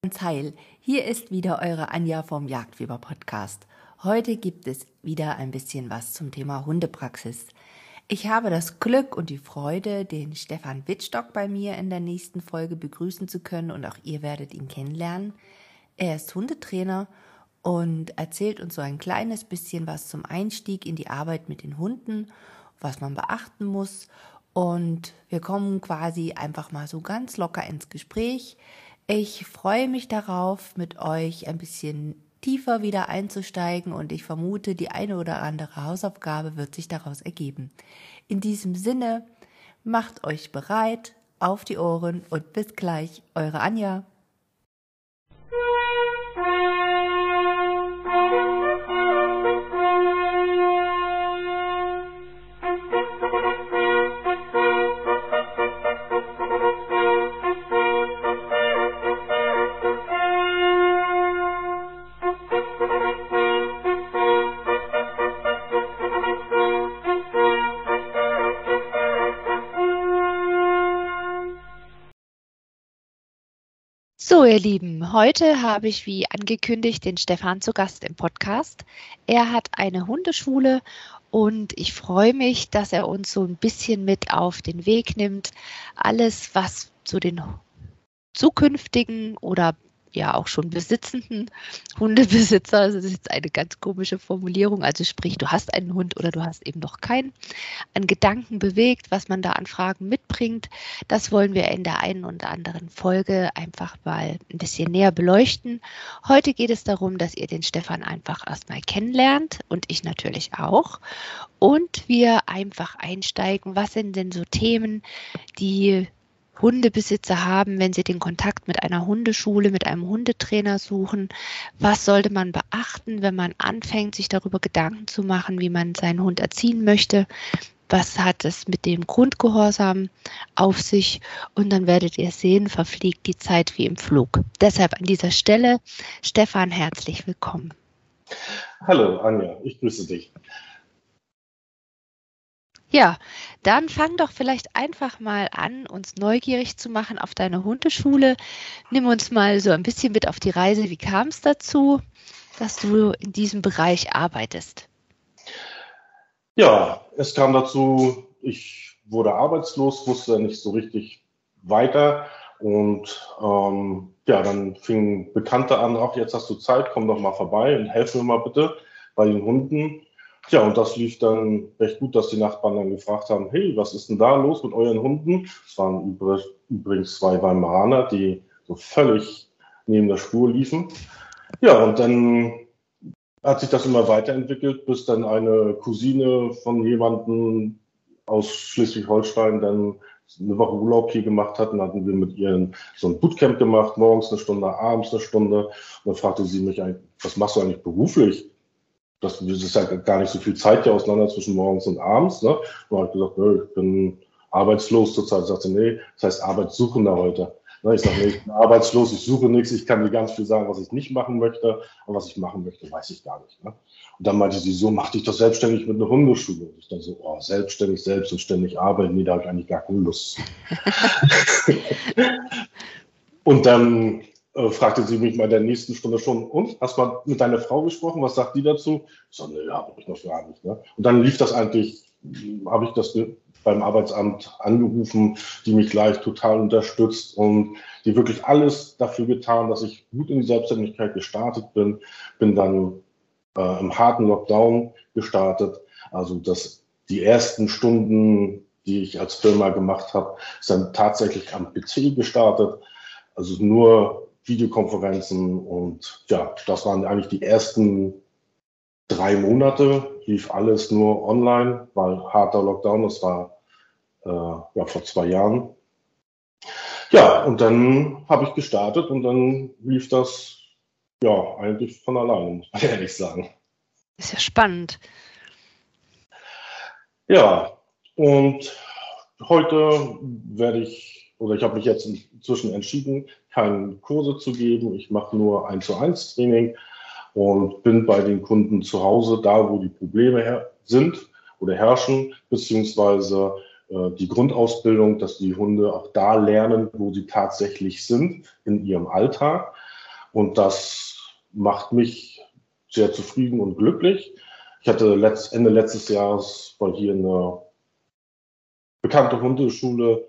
Heil, hier ist wieder eure Anja vom Jagdfieber-Podcast. Heute gibt es wieder ein bisschen was zum Thema Hundepraxis. Ich habe das Glück und die Freude, den Stefan Wittstock bei mir in der nächsten Folge begrüßen zu können und auch ihr werdet ihn kennenlernen. Er ist Hundetrainer und erzählt uns so ein kleines bisschen was zum Einstieg in die Arbeit mit den Hunden, was man beachten muss, und wir kommen quasi einfach mal so ganz locker ins Gespräch. Ich freue mich darauf, mit euch ein bisschen tiefer wieder einzusteigen und ich vermute, die eine oder andere Hausaufgabe wird sich daraus ergeben. In diesem Sinne, macht euch bereit, auf die Ohren und bis gleich, eure Anja. So, ihr Lieben, heute habe ich, wie angekündigt, den Stefan zu Gast im Podcast. Er hat eine Hundeschule und ich freue mich, dass er uns so ein bisschen mit auf den Weg nimmt. Alles, was zu den zukünftigen oder ja auch schon besitzenden Hundebesitzer, also das ist jetzt eine ganz komische Formulierung, also sprich, du hast einen Hund oder du hast eben noch keinen, an Gedanken bewegt, was man da an Fragen mitbringt. Das wollen wir in der einen oder anderen Folge einfach mal ein bisschen näher beleuchten. Heute geht es darum, dass ihr den Stefan einfach erstmal kennenlernt und ich natürlich auch. Und wir einfach einsteigen, was sind denn so Themen, die Hundebesitzer haben, wenn sie den Kontakt mit einer Hundeschule, mit einem Hundetrainer suchen. Was sollte man beachten, wenn man anfängt, sich darüber Gedanken zu machen, wie man seinen Hund erziehen möchte? Was hat es mit dem Grundgehorsam auf sich? Und dann werdet ihr sehen, verfliegt die Zeit wie im Flug. Deshalb an dieser Stelle, Stefan, herzlich willkommen. Hallo Anja, ich grüße dich. Ja, dann fang doch vielleicht einfach mal an, uns neugierig zu machen auf deine Hundeschule. Nimm uns mal so ein bisschen mit auf die Reise. Wie kam es dazu, dass du in diesem Bereich arbeitest? Ja, es kam dazu, ich wurde arbeitslos, wusste nicht so richtig weiter und dann fingen Bekannte an, ach, jetzt hast du Zeit, komm doch mal vorbei und helf mir mal bitte bei den Hunden. Ja, und das lief dann recht gut, dass die Nachbarn dann gefragt haben, hey, was ist denn da los mit euren Hunden? Es waren übrigens 2 Weimaraner, die so völlig neben der Spur liefen. Ja, und dann hat sich das immer weiterentwickelt, bis dann eine Cousine von jemandem aus Schleswig-Holstein dann eine Woche Urlaub hier gemacht hat. Und hatten wir mit ihr so ein Bootcamp gemacht, morgens eine Stunde, abends eine Stunde. Und dann fragte sie mich, was machst du eigentlich beruflich? Das ist ja gar nicht so viel Zeit hier auseinander zwischen morgens und abends. Ne? Und dann habe ich gesagt, ich bin arbeitslos zurzeit. Sagte sie, nee, das heißt Arbeitssuchender heute. Ich sage, nee, ich bin arbeitslos, ich suche nichts, ich kann dir ganz viel sagen, was ich nicht machen möchte. Und was ich machen möchte, weiß ich gar nicht. Ne? Und dann meinte sie so, mach dich doch selbstständig mit einer Hundeschule. Und ich dachte so, selbstständig, selbst und ständig arbeiten, nee, da habe ich eigentlich gar keine Lust. Und dann fragte sie mich mal in der nächsten Stunde schon, und, hast du mal mit deiner Frau gesprochen, was sagt die dazu? Ich so, nee, habe ich noch gar nicht. Ne? Und dann lief das eigentlich, habe ich das beim Arbeitsamt angerufen, die mich gleich total unterstützt und die wirklich alles dafür getan, dass ich gut in die Selbstständigkeit gestartet bin. Bin dann im harten Lockdown gestartet. Also die ersten Stunden, die ich als Firma gemacht habe, ist dann tatsächlich am PC gestartet. Also nur Videokonferenzen und ja, das waren eigentlich die ersten 3 Monate, lief alles nur online, weil harter Lockdown, das war vor 2 Jahren. Ja, und dann habe ich gestartet und dann lief das ja eigentlich von alleine, muss man ehrlich sagen. Ist ja spannend. Ja, und heute ich habe mich jetzt inzwischen entschieden, keine Kurse zu geben. Ich mache nur 1:1 Training und bin bei den Kunden zu Hause, da wo die Probleme sind oder herrschen, beziehungsweise die Grundausbildung, dass die Hunde auch da lernen, wo sie tatsächlich sind in ihrem Alltag. Und das macht mich sehr zufrieden und glücklich. Ich hatte Ende letztes Jahres, weil hier eine bekannte Hundeschule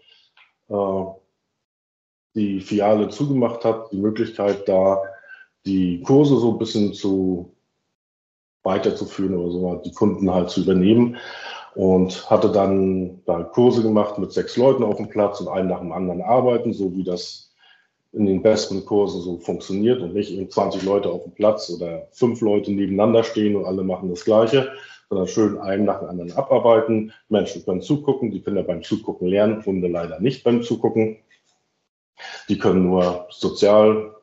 die Filiale zugemacht hat, die Möglichkeit, da die Kurse so ein bisschen weiterzuführen oder so, die Kunden halt zu übernehmen. Und hatte dann da Kurse gemacht mit 6 Leuten auf dem Platz und einen nach dem anderen arbeiten, so wie das in den besten Kursen so funktioniert und nicht eben 20 Leute auf dem Platz oder 5 Leute nebeneinander stehen und alle machen das Gleiche, sondern schön einen nach dem anderen abarbeiten. Menschen können zugucken, die können ja beim Zugucken lernen, Hunde leider nicht beim Zugucken. Die können nur sozial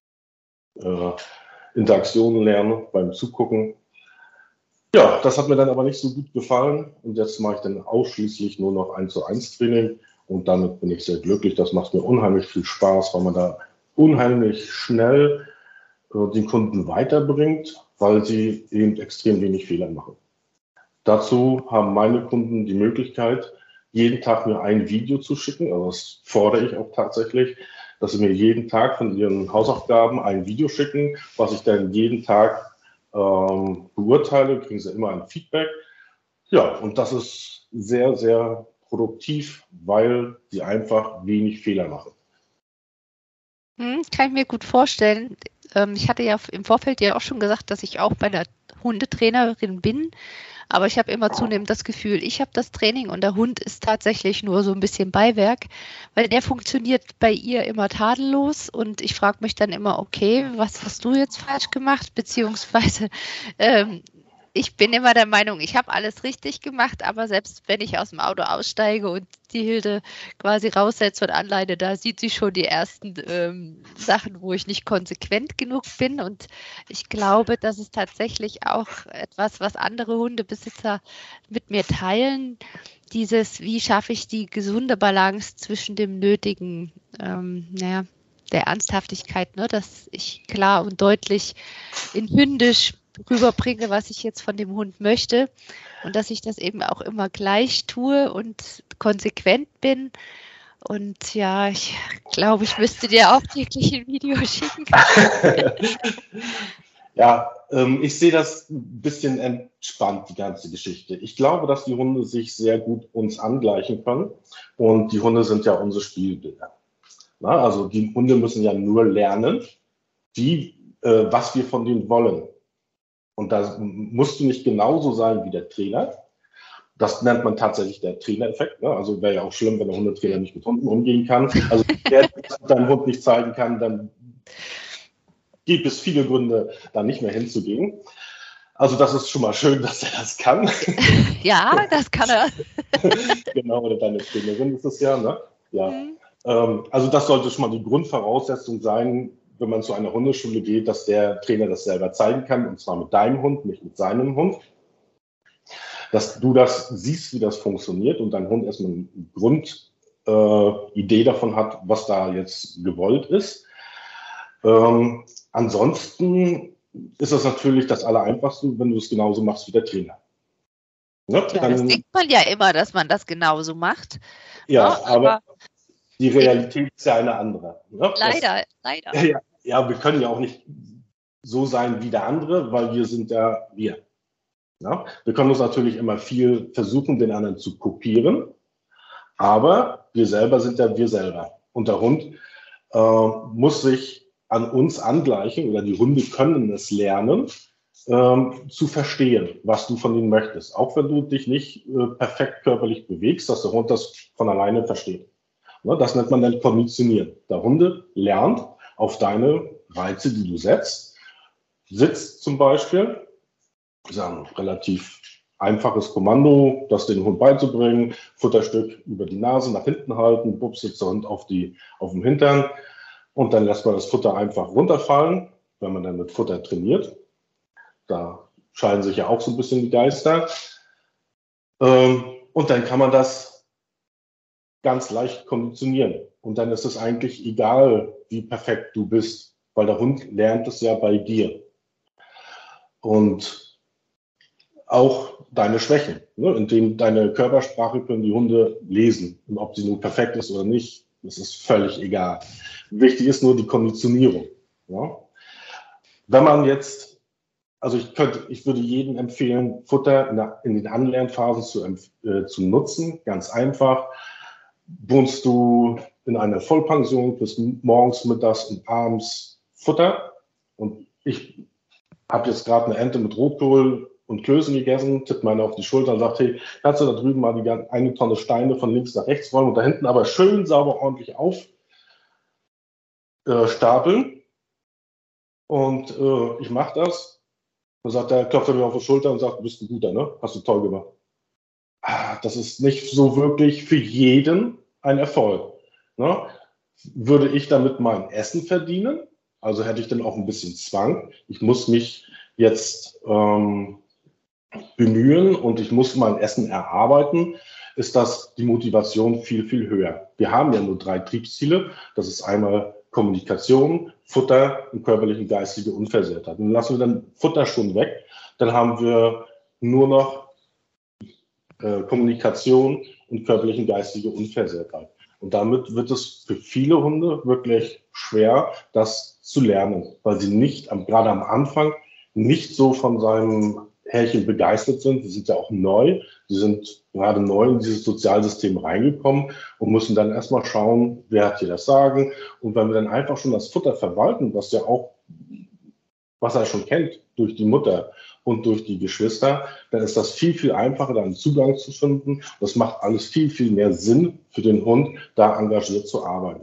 Interaktionen lernen beim Zugucken. Ja, das hat mir dann aber nicht so gut gefallen und jetzt mache ich dann ausschließlich nur noch 1:1 Training und damit bin ich sehr glücklich. Das macht mir unheimlich viel Spaß, weil man da unheimlich schnell den Kunden weiterbringt, weil sie eben extrem wenig Fehler machen. Dazu haben meine Kunden die Möglichkeit, jeden Tag mir ein Video zu schicken, also das fordere ich auch tatsächlich, dass sie mir jeden Tag von ihren Hausaufgaben ein Video schicken, was ich dann jeden Tag beurteile, kriegen sie immer ein Feedback. Ja, und das ist sehr, sehr produktiv, weil sie einfach wenig Fehler machen. Kann ich mir gut vorstellen. Ich hatte ja im Vorfeld ja auch schon gesagt, dass ich auch bei der Hundetrainerin bin. Aber ich habe immer zunehmend das Gefühl, ich habe das Training und der Hund ist tatsächlich nur so ein bisschen Beiwerk, weil der funktioniert bei ihr immer tadellos und ich frage mich dann immer, okay, was hast du jetzt falsch gemacht? Beziehungsweise ich bin immer der Meinung, ich habe alles richtig gemacht, aber selbst wenn ich aus dem Auto aussteige und die Hilde quasi raussetze und anleite, da sieht sie schon die ersten Sachen, wo ich nicht konsequent genug bin. Und ich glaube, das ist tatsächlich auch etwas, was andere Hundebesitzer mit mir teilen. Wie schaffe ich die gesunde Balance zwischen dem nötigen, der Ernsthaftigkeit, ne, dass ich klar und deutlich in Hündisch rüberbringe, was ich jetzt von dem Hund möchte und dass ich das eben auch immer gleich tue und konsequent bin. Und ja, ich glaube, ich müsste dir auch täglich ein Video schicken. Ja, ich sehe das ein bisschen entspannt, die ganze Geschichte. Ich glaube, dass die Hunde sich sehr gut uns angleichen können und die Hunde sind ja unsere Spielbilder. Na, also die Hunde müssen ja nur lernen, was wir von denen wollen. Und da musst du nicht genauso sein wie der Trainer. Das nennt man tatsächlich der Trainereffekt. Ne? Also wäre ja auch schlimm, wenn der Hundetrainer nicht mit Hunden umgehen kann. Also wenn der deinem Hund nicht zeigen kann, dann gibt es viele Gründe, da nicht mehr hinzugehen. Also das ist schon mal schön, dass er das kann. Ja, das kann er. Genau, oder deine Trainerin ist es ja. Ne? Ja. Also das sollte schon mal die Grundvoraussetzung sein, wenn man zu einer Hundeschule geht, dass der Trainer das selber zeigen kann, und zwar mit deinem Hund, nicht mit seinem Hund. Dass du das siehst, wie das funktioniert und dein Hund erstmal eine Grundidee davon hat, was da jetzt gewollt ist. Ansonsten ist das natürlich das Allereinfachste, wenn du es genauso machst wie der Trainer. Ne? Ja, das denkt man ja immer, dass man das genauso macht. Ja, ne? Aber die Realität ist ja eine andere. Ne? Leider. Ja, wir können ja auch nicht so sein wie der andere, weil wir sind ja wir. Ja? Wir können uns natürlich immer viel versuchen, den anderen zu kopieren, aber wir selber sind ja wir selber. Und der Hund muss sich an uns angleichen, oder die Hunde können es lernen, zu verstehen, was du von ihnen möchtest. Auch wenn du dich nicht perfekt körperlich bewegst, dass der Hund das von alleine versteht. Ne, das nennt man dann Konditionieren. Der Hund lernt auf deine Reize, die du setzt. Sitzt zum Beispiel, das ist ein relativ einfaches Kommando, das den Hund beizubringen. Futterstück über die Nase nach hinten halten, bups, sitzt der Hund auf dem Hintern und dann lässt man das Futter einfach runterfallen, wenn man dann mit Futter trainiert. Da scheiden sich ja auch so ein bisschen die Geister. Und dann kann man das ganz leicht konditionieren. Und dann ist es eigentlich egal, wie perfekt du bist, weil der Hund lernt es ja bei dir. Und auch deine Schwächen, ne? Indem deine Körpersprache können die Hunde lesen. Und ob sie nun perfekt ist oder nicht, das ist völlig egal. Wichtig ist nur die Konditionierung. Ja? Wenn man jetzt, also ich würde jedem empfehlen, Futter in den Anlernphasen zu nutzen, ganz einfach. Wohnst du in einer Vollpension, kriegst morgens, mittags und abends Futter. Und ich habe jetzt gerade eine Ente mit Rotkohl und Klößen gegessen, tippt meine auf die Schulter und sagt, hey, kannst du da drüben mal eine Tonne Steine von links nach rechts räumen und da hinten aber schön sauber ordentlich aufstapeln. Und ich mache das. Dann sagt er, klopft er mir auf die Schulter und sagt, du bist ein Guter, ne? Hast du toll gemacht. Das ist nicht so wirklich für jeden ein Erfolg. Ne? Würde ich damit mein Essen verdienen? Also hätte ich dann auch ein bisschen Zwang. Ich muss mich jetzt bemühen und ich muss mein Essen erarbeiten, ist das die Motivation viel, viel höher. Wir haben ja nur 3 Triebsziele. Das ist einmal Kommunikation, Futter und körperliche und geistige Unversehrtheit. Und lassen wir dann Futter schon weg, dann haben wir nur noch Kommunikation und körperliche und geistige Unversehrtheit. Und damit wird es für viele Hunde wirklich schwer, das zu lernen, weil sie nicht, gerade am Anfang, nicht so von seinem Herrchen begeistert sind. Sie sind ja auch neu. Sie sind gerade neu in dieses Sozialsystem reingekommen und müssen dann erstmal schauen, wer hat hier das Sagen. Und wenn wir dann einfach schon das Futter verwalten, was er schon kennt durch die Mutter und durch die Geschwister, dann ist das viel, viel einfacher, da einen Zugang zu finden. Das macht alles viel, viel mehr Sinn für den Hund, da engagiert zu arbeiten.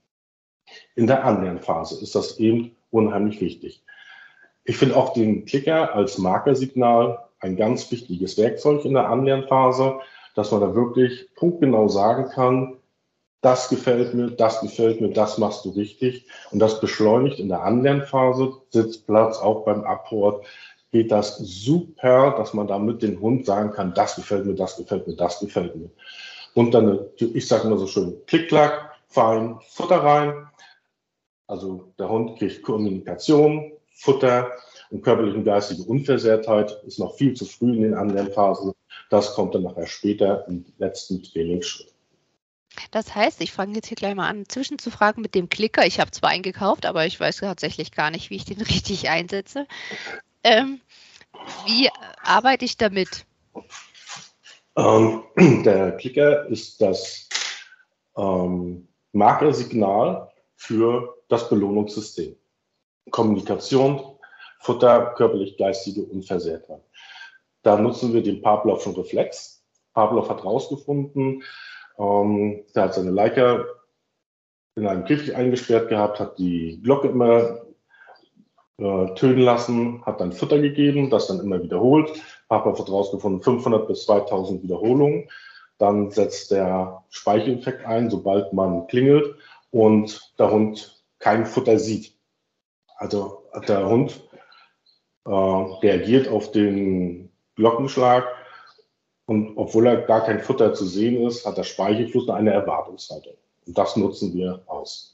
In der Anlernphase ist das eben unheimlich wichtig. Ich finde auch den Klicker als Markersignal ein ganz wichtiges Werkzeug in der Anlernphase, dass man da wirklich punktgenau sagen kann, das gefällt mir, das machst du richtig. Und das beschleunigt in der Anlernphase, Sitzplatz, auch beim Abhort, geht das super, dass man da mit dem Hund sagen kann, das gefällt mir, das gefällt mir, das gefällt mir. Und dann, ich sage immer so schön, Klick-Klack, fein, Futter rein. Also der Hund kriegt Kommunikation, Futter und körperliche und geistige Unversehrtheit ist noch viel zu früh in den Anlernphasen. Das kommt dann nachher später im letzten Trainingsschritt. Das heißt, ich fange jetzt hier gleich mal an, zwischenzufragen mit dem Klicker. Ich habe zwar einen gekauft, aber ich weiß tatsächlich gar nicht, wie ich den richtig einsetze. Wie arbeite ich damit? Der Klicker ist das Markersignal für das Belohnungssystem. Kommunikation, Futter, körperlich-geistige Unversehrtheit. Da nutzen wir den Pavlovschen Reflex. Pavlov hat herausgefunden, der hat seine Leica in einem Käfig eingesperrt gehabt, hat die Glocke immer tönen lassen, hat dann Futter gegeben, das dann immer wiederholt. Pavlov hat herausgefunden, 500 bis 2000 Wiederholungen. Dann setzt der Speicheleffekt ein, sobald man klingelt und der Hund kein Futter sieht. Also der Hund reagiert auf den Glockenschlag und obwohl er gar kein Futter zu sehen ist, hat der Speichelfluss eine Erwartungshaltung. Und das nutzen wir aus.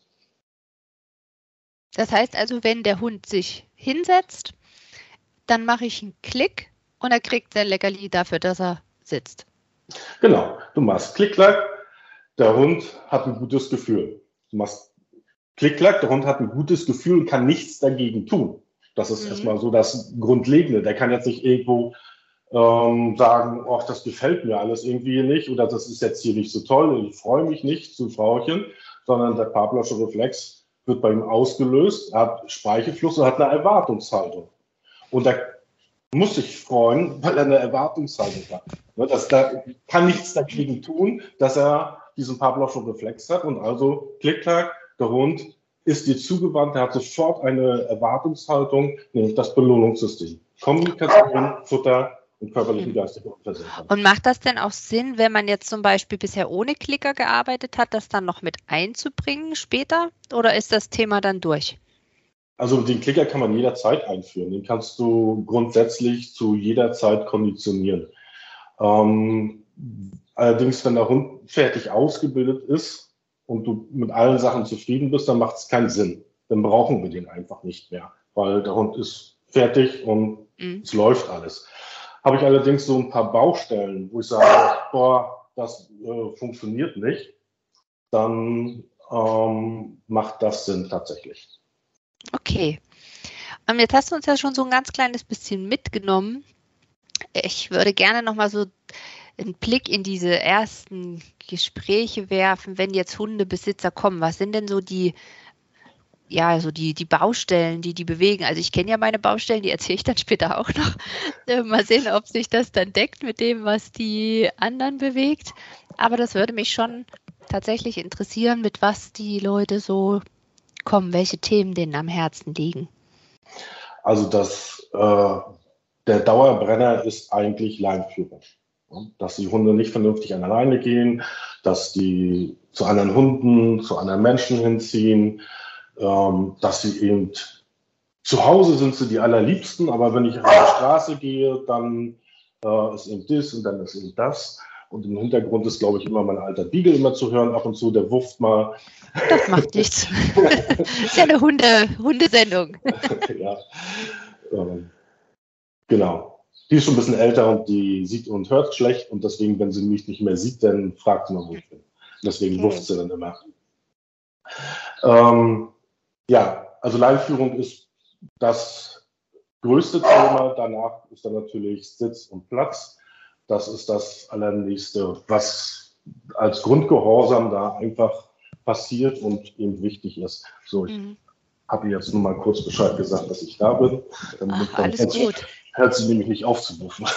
Das heißt also, wenn der Hund sich hinsetzt, dann mache ich einen Klick und er kriegt sein Leckerli dafür, dass er sitzt. Genau, du machst Klick-Klack, der Hund hat ein gutes Gefühl. Du machst Klick-Klack, der Hund hat ein gutes Gefühl und kann nichts dagegen tun. Das ist erstmal so das Grundlegende. Der kann jetzt nicht irgendwo sagen, ach, das gefällt mir alles irgendwie nicht oder das ist jetzt hier nicht so toll, ich freue mich nicht zu Frauchen, sondern der Pavlovsche Reflex wird bei ihm ausgelöst, er hat Speichelfluss und hat eine Erwartungshaltung. Und er muss sich freuen, weil er eine Erwartungshaltung hat. Da kann nichts dagegen tun, dass er diesen Pavlovschen Reflex hat und also Klick-Klack, der Hund ist dir zugewandt, er hat sofort eine Erwartungshaltung, nämlich das Belohnungssystem. Kommunikation, Futter und körperlichen geistige Unversehrtheit. Und macht das denn auch Sinn, wenn man jetzt zum Beispiel bisher ohne Klicker gearbeitet hat, das dann noch mit einzubringen später? Oder ist das Thema dann durch? Also den Klicker kann man jederzeit einführen. Den kannst du grundsätzlich zu jeder Zeit konditionieren. Allerdings, wenn der Hund fertig ausgebildet ist und du mit allen Sachen zufrieden bist, dann macht es keinen Sinn. Dann brauchen wir den einfach nicht mehr, weil der Hund ist fertig und es läuft alles. Habe ich allerdings so ein paar Baustellen, wo ich sage, boah, das funktioniert nicht, dann macht das Sinn tatsächlich. Okay. Jetzt hast du uns ja schon so ein ganz kleines bisschen mitgenommen. Ich würde gerne nochmal so einen Blick in diese ersten Gespräche werfen, wenn jetzt Hundebesitzer kommen. Was sind denn so die Baustellen, die bewegen? Also ich kenne ja meine Baustellen, die erzähle ich dann später auch noch. Mal sehen, ob sich das dann deckt mit dem, was die anderen bewegt. Aber das würde mich schon tatsächlich interessieren, mit was die Leute so kommen, welche Themen denen am Herzen liegen. Also der Dauerbrenner ist eigentlich Leinenführung. Dass die Hunde nicht vernünftig an der Leine gehen, dass die zu anderen Hunden, zu anderen Menschen hinziehen, dass sie eben zu Hause sind sie die allerliebsten, aber wenn ich auf die Straße gehe, dann ist eben das und dann ist eben das. Und im Hintergrund ist, glaube ich, immer mein alter Beagle immer zu hören, ab und zu, der wufft mal. Das macht nichts. Ist ja eine Hundesendung. Ja, genau. Die ist schon ein bisschen älter und die sieht und hört schlecht und deswegen, wenn sie mich nicht mehr sieht, dann fragt sie mal, wo ich bin. Deswegen wufft sie dann immer. Also Leinenführung ist das größte Thema. Danach ist dann natürlich Sitz und Platz. Das ist das Allernächste, was als Grundgehorsam da einfach passiert und eben wichtig ist. So, ich habe jetzt nur mal kurz Bescheid gesagt, dass ich da bin. Alles gut. Hört sie nämlich nicht aufzurufen.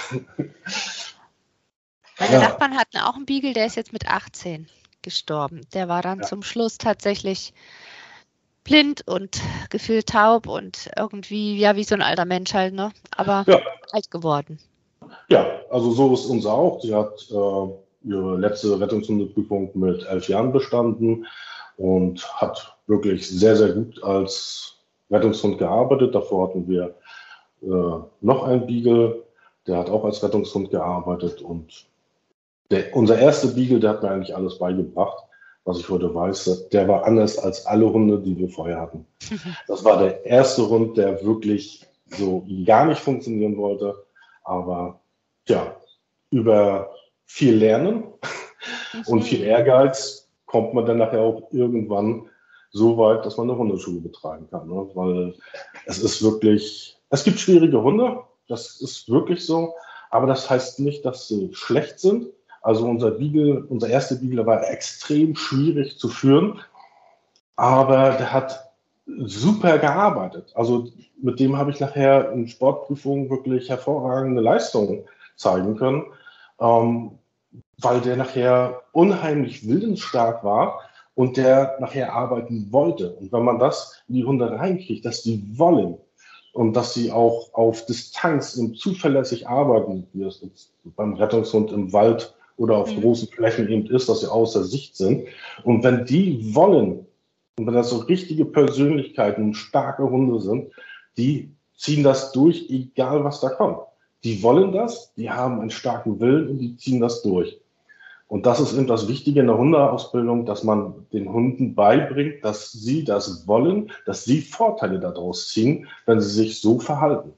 Meine Nachbarn hatten auch einen Beagle, der ist jetzt mit 18 gestorben. Der war dann zum Schluss tatsächlich blind und gefühlt taub und irgendwie, wie so ein alter Mensch halt, ne? Aber alt geworden. Ja, also so ist unser auch. Sie hat ihre letzte Rettungshundeprüfung mit 11 Jahren bestanden und hat wirklich sehr, sehr gut als Rettungshund gearbeitet. Davor hatten wir noch einen Beagle, der hat auch als Rettungshund gearbeitet und unser erster Beagle, der hat mir eigentlich alles beigebracht, was ich heute weiß. Der war anders als alle Hunde, die wir vorher hatten. Das war der erste Hund, der wirklich so gar nicht funktionieren wollte, aber über viel Lernen und viel Ehrgeiz kommt man dann nachher auch irgendwann so weit, dass man eine Hundeschule betreiben kann. Ne? Weil es gibt schwierige Hunde, das ist wirklich so, aber das heißt nicht, dass sie schlecht sind. Also unser erster Beagle war extrem schwierig zu führen, aber der hat super gearbeitet. Also mit dem habe ich nachher in Sportprüfungen wirklich hervorragende Leistungen zeigen können, weil der nachher unheimlich willensstark war und der nachher arbeiten wollte. Und wenn man das in die Hunde reinkriegt, dass die wollen und dass sie auch auf Distanz und zuverlässig arbeiten, wie es jetzt beim Rettungshund im Wald oder auf großen Flächen eben ist, dass sie außer Sicht sind. Und wenn die wollen, und wenn das so richtige Persönlichkeiten, starke Hunde sind, die ziehen das durch, egal was da kommt. Die wollen das, die haben einen starken Willen und die ziehen das durch. Und das ist eben das Wichtige in der Hundeausbildung, dass man den Hunden beibringt, dass sie das wollen, dass sie Vorteile daraus ziehen, wenn sie sich so verhalten.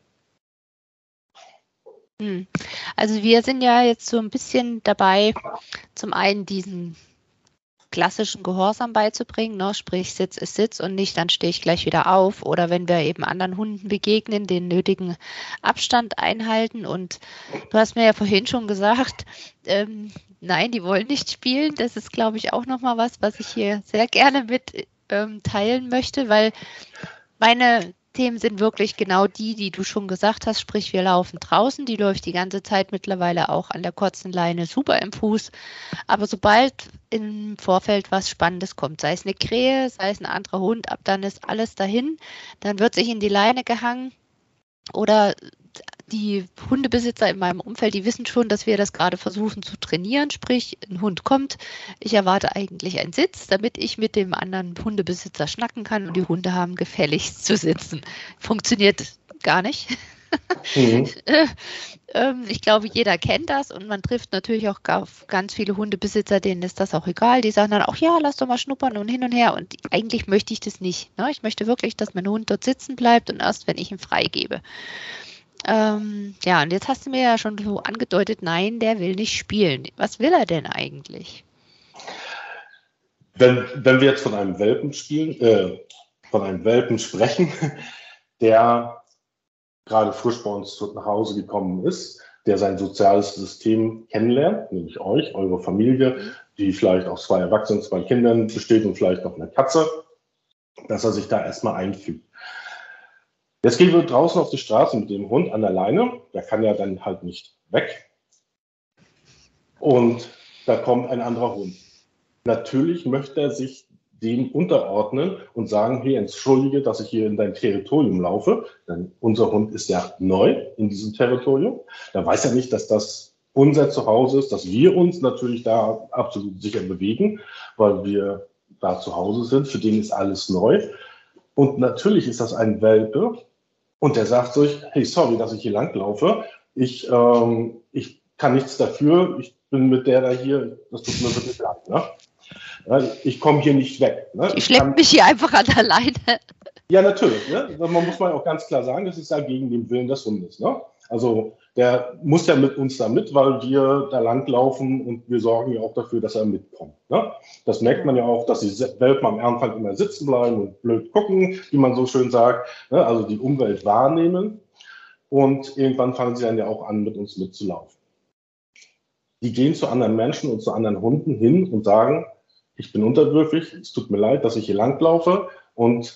Also wir sind ja jetzt so ein bisschen dabei, zum einen diesen klassischen Gehorsam beizubringen, ne? Sprich Sitz ist Sitz und nicht, dann stehe ich gleich wieder auf. Oder wenn wir eben anderen Hunden begegnen, den nötigen Abstand einhalten. Und du hast mir ja vorhin schon gesagt, nein, die wollen nicht spielen. Das ist, glaube ich, auch nochmal was ich hier sehr gerne mit teilen möchte, weil meine Themen sind wirklich genau die du schon gesagt hast, sprich wir laufen draußen, die läuft die ganze Zeit mittlerweile auch an der kurzen Leine super im Fuß, aber sobald im Vorfeld was Spannendes kommt, sei es eine Krähe, sei es ein anderer Hund, ab dann ist alles dahin, dann wird sich in die Leine gehangen oder die Hundebesitzer in meinem Umfeld, die wissen schon, dass wir das gerade versuchen zu trainieren. Sprich, ein Hund kommt, ich erwarte eigentlich einen Sitz, damit ich mit dem anderen Hundebesitzer schnacken kann und die Hunde haben gefälligst zu sitzen. Funktioniert gar nicht. Ich glaube, jeder kennt das und man trifft natürlich auch ganz viele Hundebesitzer, denen ist das auch egal. Die sagen dann auch, ja, lass doch mal schnuppern und hin und her. Und eigentlich möchte ich das nicht. Ne? Ich möchte wirklich, dass mein Hund dort sitzen bleibt und erst, wenn ich ihn freigebe. Und jetzt hast du mir ja schon so angedeutet, nein, der will nicht spielen. Was will er denn eigentlich? Wenn wir jetzt von einem Welpen sprechen, der gerade frisch bei uns nach Hause gekommen ist, der sein soziales System kennenlernt, nämlich euch, eure Familie, die vielleicht aus 2 Erwachsenen, 2 Kindern besteht und vielleicht noch eine Katze, dass er sich da erstmal einfügt. Jetzt gehen wir draußen auf die Straße mit dem Hund an der Leine, der kann ja dann halt nicht weg. Und da kommt ein anderer Hund. Natürlich möchte er sich dem unterordnen und sagen, hey, entschuldige, dass ich hier in dein Territorium laufe. Denn unser Hund ist ja neu in diesem Territorium. Da weiß er nicht, dass das unser Zuhause ist, dass wir uns natürlich da absolut sicher bewegen, weil wir da zu Hause sind. Für den ist alles neu. Und natürlich ist das ein Welpe. Und der sagt sich, hey, sorry, dass ich hier langlaufe. Ich kann nichts dafür. Ich bin mit der da hier, das tut mir wirklich leid. Ne? Ich komme hier nicht weg. Ne? Ich schleppe mich hier einfach an der Leine. Ja, natürlich. Ne? Man muss auch ganz klar sagen, das ist ja gegen den Willen des Hundes. Ne? Also der muss ja mit uns da mit, weil wir da langlaufen und wir sorgen ja auch dafür, dass er mitkommt. Ne? Das merkt man ja auch, dass die Welpen am Anfang immer sitzen bleiben und blöd gucken, wie man so schön sagt. Ne? Also die Umwelt wahrnehmen. Und irgendwann fangen sie dann ja auch an, mit uns mitzulaufen. Die gehen zu anderen Menschen und zu anderen Hunden hin und sagen, ich bin unterwürfig, es tut mir leid, dass ich hier langlaufe und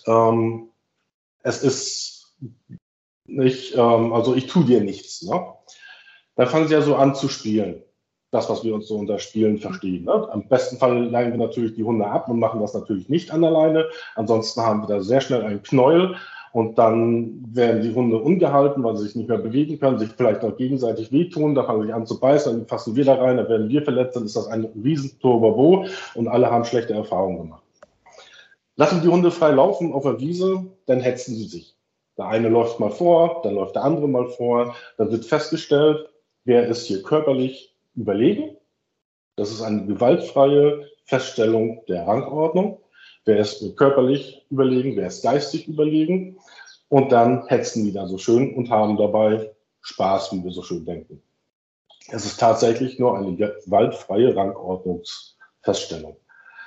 es ist nicht, also ich tue dir nichts. Ne? Dann fangen sie ja so an zu spielen. Das, was wir uns so unter Spielen verstehen. Ne? Am besten Fall leihen wir natürlich die Hunde ab und machen das natürlich nicht an der Leine. Ansonsten haben wir da sehr schnell einen Knäuel und dann werden die Hunde ungehalten, weil sie sich nicht mehr bewegen können, sich vielleicht auch gegenseitig wehtun. Da fangen sie an zu beißen, dann fassen wir da rein, dann werden wir verletzt, dann ist das ein riesen Tohuwabohu und alle haben schlechte Erfahrungen gemacht. Lassen die Hunde frei laufen auf der Wiese, dann hetzen sie sich. Der eine läuft mal vor, dann läuft der andere mal vor. Dann wird festgestellt, wer ist hier körperlich überlegen. Das ist eine gewaltfreie Feststellung der Rangordnung. Wer ist körperlich überlegen, wer ist geistig überlegen. Und dann hetzen die da so schön und haben dabei Spaß, wie wir so schön denken. Es ist tatsächlich nur eine gewaltfreie Rangordnungsfeststellung.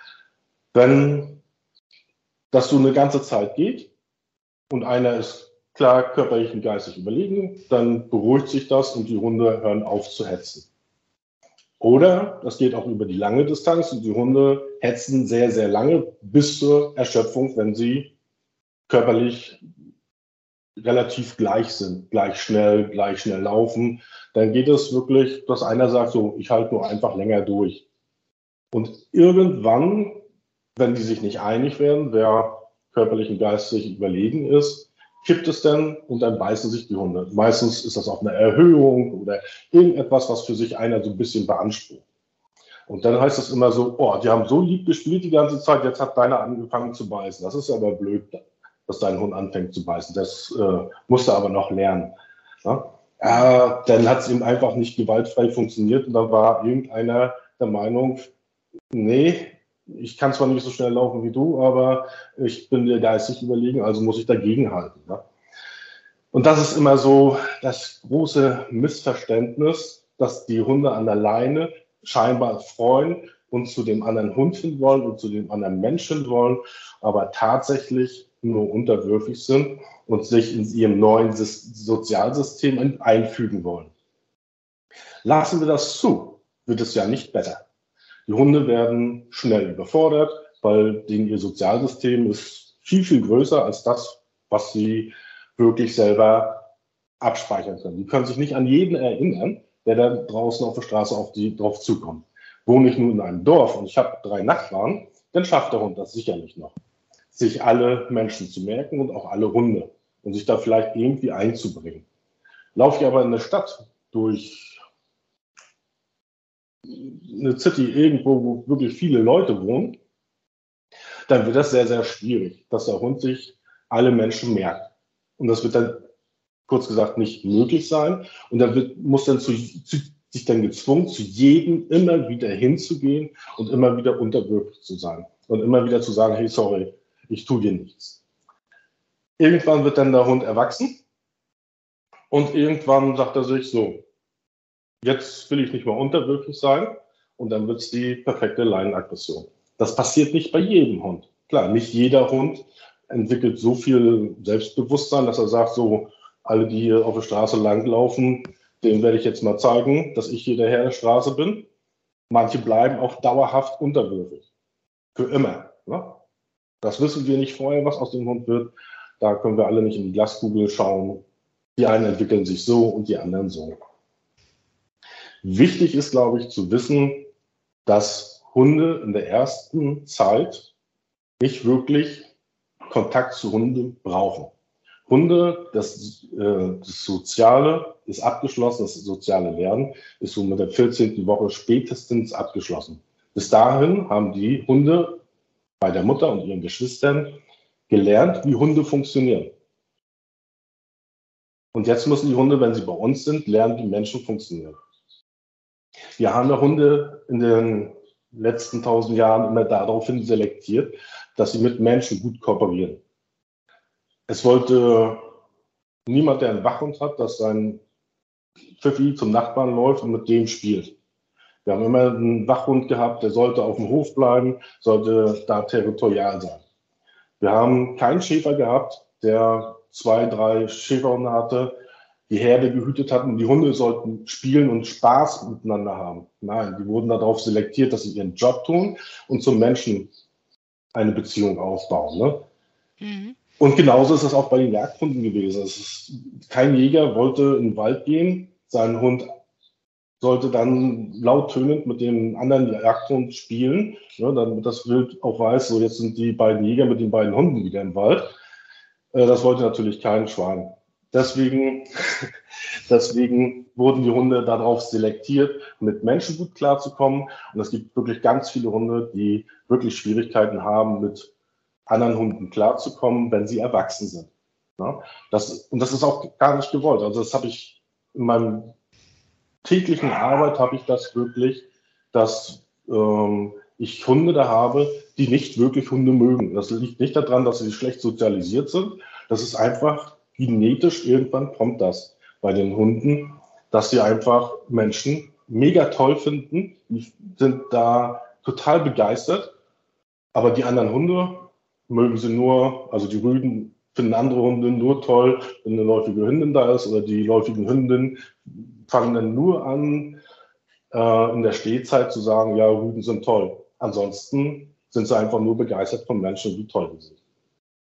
Wenn das so eine ganze Zeit geht und einer ist klar körperlich und geistig überlegen, dann beruhigt sich das und die Hunde hören auf zu hetzen. Oder das geht auch über die lange Distanz und die Hunde hetzen sehr, sehr lange bis zur Erschöpfung, wenn sie körperlich relativ gleich sind, gleich schnell laufen. Dann geht es wirklich, dass einer sagt, so, ich halte nur einfach länger durch. Und irgendwann, wenn die sich nicht einig werden, wer körperlich und geistig überlegen ist, kippt es dann und dann beißen sich die Hunde. Meistens ist das auch eine Erhöhung oder irgendetwas, was für sich einer so ein bisschen beansprucht. Und dann heißt es immer so, oh, die haben so lieb gespielt die ganze Zeit, jetzt hat deiner angefangen zu beißen. Das ist aber blöd, dass dein Hund anfängt zu beißen. Das musst du aber noch lernen. Ja? Dann hat es ihm einfach nicht gewaltfrei funktioniert und dann war irgendeiner der Meinung, nee, ich kann zwar nicht so schnell laufen wie du, aber ich bin dir geistig überlegen, also muss ich dagegenhalten. Ja? Und das ist immer so das große Missverständnis, dass die Hunde an der Leine scheinbar freuen und zu dem anderen Hund hin wollen und zu dem anderen Menschen wollen, aber tatsächlich nur unterwürfig sind und sich in ihrem neuen Sozialsystem einfügen wollen. Lassen wir das zu, wird es ja nicht besser. Die Hunde werden schnell überfordert, weil denen ihr Sozialsystem ist viel, viel größer als das, was sie wirklich selber abspeichern können. Die können sich nicht an jeden erinnern, der da draußen auf der Straße drauf zukommt. Wohne ich nun in einem Dorf und ich habe 3 Nachbarn, dann schafft der Hund das sicherlich noch, sich alle Menschen zu merken und auch alle Hunde und sich da vielleicht irgendwie einzubringen. Laufe ich aber in der Stadt durch eine City irgendwo, wo wirklich viele Leute wohnen, dann wird das sehr, sehr schwierig, dass der Hund sich alle Menschen merkt. Und das wird dann, kurz gesagt, nicht möglich sein. Und dann muss dann sich dann gezwungen, zu jedem immer wieder hinzugehen und immer wieder unterwürfig zu sein. Und immer wieder zu sagen, hey, sorry, ich tue dir nichts. Irgendwann wird dann der Hund erwachsen und irgendwann sagt er sich so, jetzt will ich nicht mehr unterwürfig sein und dann wird es die perfekte Leinenaggression. Das passiert nicht bei jedem Hund. Klar, nicht jeder Hund entwickelt so viel Selbstbewusstsein, dass er sagt so, alle, die hier auf der Straße langlaufen, denen werde ich jetzt mal zeigen, dass ich hier der Herr der Straße bin. Manche bleiben auch dauerhaft unterwürfig. Für immer. Ne? Das wissen wir nicht vorher, was aus dem Hund wird. Da können wir alle nicht in die Glaskugel schauen. Die einen entwickeln sich so und die anderen so. Wichtig ist, glaube ich, zu wissen, dass Hunde in der ersten Zeit nicht wirklich Kontakt zu Hunden brauchen. Hunde, das Soziale ist abgeschlossen, das soziale Lernen ist so mit der 14. Woche spätestens abgeschlossen. Bis dahin haben die Hunde bei der Mutter und ihren Geschwistern gelernt, wie Hunde funktionieren. Und jetzt müssen die Hunde, wenn sie bei uns sind, lernen, wie Menschen funktionieren. Wir haben ja Hunde in den letzten 1000 Jahren immer daraufhin selektiert, dass sie mit Menschen gut kooperieren. Es wollte niemand, der einen Wachhund hat, dass sein Pfiffi zum Nachbarn läuft und mit dem spielt. Wir haben immer einen Wachhund gehabt, der sollte auf dem Hof bleiben, sollte da territorial sein. Wir haben keinen Schäfer gehabt, der 2, 3 Schäferhunde hatte, die Herde gehütet hatten und die Hunde sollten spielen und Spaß miteinander haben. Nein, die wurden darauf selektiert, dass sie ihren Job tun und zum Menschen eine Beziehung aufbauen. Ne? Mhm. Und genauso ist es auch bei den Jagdhunden gewesen. Kein Jäger wollte in den Wald gehen, sein Hund sollte dann lauttönend mit dem anderen Jagdhund spielen, ne, damit das Wild auch weiß, so jetzt sind die beiden Jäger mit den beiden Hunden wieder im Wald. Das wollte natürlich kein Schwein. Deswegen wurden die Hunde darauf selektiert, mit Menschen gut klarzukommen. Und es gibt wirklich ganz viele Hunde, die wirklich Schwierigkeiten haben, mit anderen Hunden klarzukommen, wenn sie erwachsen sind. Ja, das ist auch gar nicht gewollt. Also das habe ich in meinem täglichen Arbeit habe ich das wirklich, dass ich Hunde da habe, die nicht wirklich Hunde mögen. Das liegt nicht daran, dass sie schlecht sozialisiert sind. Das ist einfach genetisch, irgendwann kommt das bei den Hunden, dass sie einfach Menschen mega toll finden. Die sind da total begeistert. Aber die anderen Hunde mögen sie nur, also die Rüden finden andere Hunde nur toll, wenn eine läufige Hündin da ist, oder die läufigen Hündinnen fangen dann nur an, in der Stehzeit zu sagen, ja, Rüden sind toll. Ansonsten sind sie einfach nur begeistert von Menschen, wie toll die sind.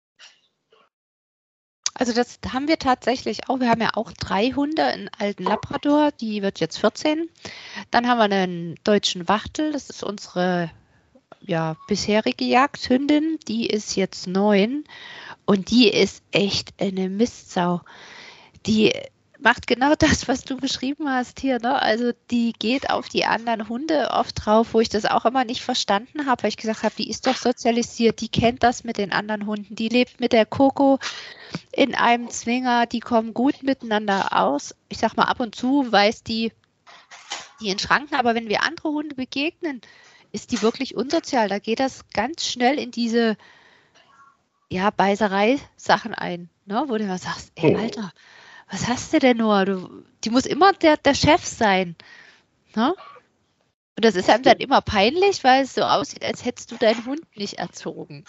Also das haben wir tatsächlich auch. Wir haben ja auch 3 Hunde, einen alten Labrador, die wird jetzt 14. Dann haben wir einen deutschen Wachtel, das ist unsere bisherige Jagdhündin, die ist jetzt 9 und die ist echt eine Mistsau. Die macht genau das, was du beschrieben hast hier, ne? Also die geht auf die anderen Hunde oft drauf, wo ich das auch immer nicht verstanden habe, weil ich gesagt habe, die ist doch sozialisiert, die kennt das mit den anderen Hunden, die lebt mit der Coco in einem Zwinger, die kommen gut miteinander aus. Ich sag mal, ab und zu weiß die in Schranken, aber wenn wir andere Hunde begegnen, ist die wirklich unsozial. Da geht das ganz schnell in diese Beißerei-Sachen ein, ne? Wo du immer sagst, ey, Alter, was hast du denn nur? Die muss immer der Chef sein. Ne? Und das ist einem dann immer peinlich, weil es so aussieht, als hättest du deinen Hund nicht erzogen.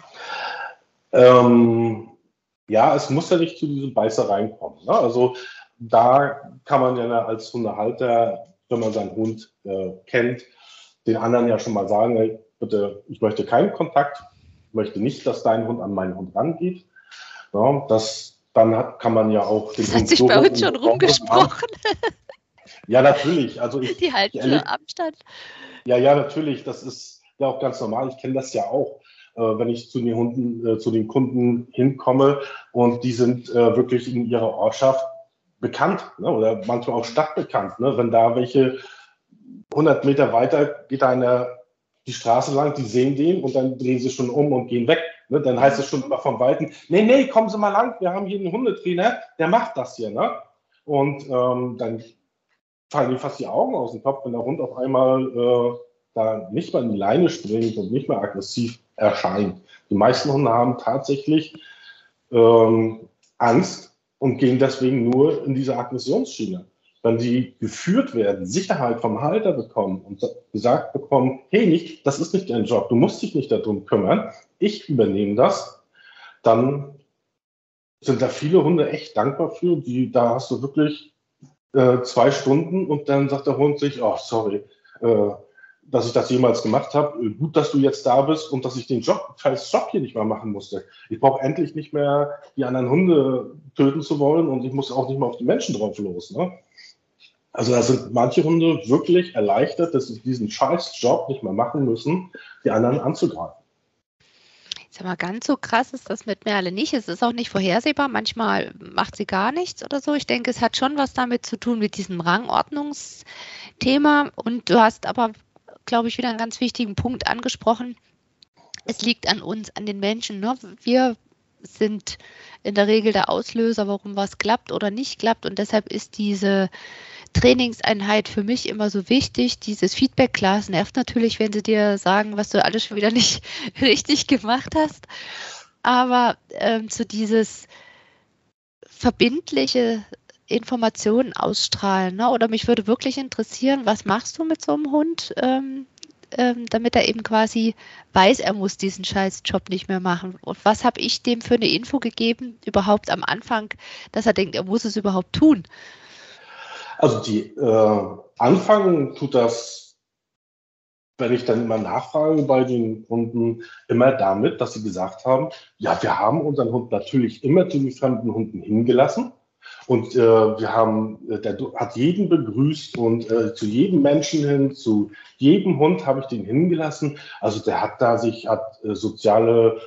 Es muss ja nicht zu diesen Beißereien kommen. Ne? Also da kann man ja als Hundehalter, wenn man seinen Hund kennt, den anderen ja schon mal sagen, hey, bitte, ich möchte keinen Kontakt, ich möchte nicht, dass dein Hund an meinen Hund rangeht. Ja, dann kann man ja auch den Hund. Das hat sich bei uns schon rumgesprochen. Ja, natürlich. Also die halten schon Abstand. Ja, natürlich. Das ist ja auch ganz normal. Ich kenne das ja auch, wenn ich zu den Kunden hinkomme und die sind wirklich in ihrer Ortschaft bekannt, ne, oder manchmal auch stadtbekannt. Ne? Wenn da welche 100 Meter weiter geht einer die Straße lang, die sehen den und dann drehen sie schon um und gehen weg. Ne? Dann heißt es schon vom Weiten, nee, kommen Sie mal lang, wir haben hier einen Hundetrainer, der macht das hier. Ne? Und dann fallen ihm fast die Augen aus dem Kopf, wenn der Hund auf einmal da nicht mehr in die Leine springt und nicht mehr aggressiv erscheint. Die meisten Hunde haben tatsächlich Angst und gehen deswegen nur in diese Aggressionsschiene. Wenn die geführt werden, Sicherheit vom Halter bekommen und gesagt bekommen, hey, das ist nicht dein Job, du musst dich nicht darum kümmern, ich übernehme das, dann sind da viele Hunde echt dankbar für. Da hast du wirklich 2 Stunden und dann sagt der Hund sich, oh, sorry, dass ich das jemals gemacht habe. Gut, dass du jetzt da bist und dass ich den scheiß Job hier nicht mehr machen musste. Ich brauche endlich nicht mehr die anderen Hunde töten zu wollen und ich muss auch nicht mehr auf die Menschen drauf los. Ne? Also da sind manche Hunde wirklich erleichtert, dass sie diesen scheiß Job nicht mehr machen müssen, die anderen anzugreifen. Sag mal, ganz so krass ist das mit Merle nicht. Es ist auch nicht vorhersehbar. Manchmal macht sie gar nichts oder so. Ich denke, es hat schon was damit zu tun mit diesem Rangordnungsthema. Und du hast aber, glaube ich, wieder einen ganz wichtigen Punkt angesprochen. Es liegt an uns, an den Menschen. Ne? Wir sind in der Regel der Auslöser, warum was klappt oder nicht klappt. Und deshalb ist diese Trainingseinheit für mich immer so wichtig. Dieses Feedback, klar, es nervt natürlich, wenn sie dir sagen, was du alles schon wieder nicht richtig gemacht hast. Aber so dieses verbindliche Informationen ausstrahlen. Ne? Oder mich würde wirklich interessieren, was machst du mit so einem Hund, damit er eben quasi weiß, er muss diesen scheiß Job nicht mehr machen. Und was habe ich dem für eine Info gegeben, überhaupt am Anfang, dass er denkt, er muss es überhaupt tun? Also anfangen tut das, wenn ich dann immer nachfrage bei den Hunden, immer damit, dass sie gesagt haben, ja, wir haben unseren Hund natürlich immer zu den fremden Hunden hingelassen und der hat jeden begrüßt und zu jedem Menschen hin, zu jedem Hund habe ich den hingelassen. Also der hat soziale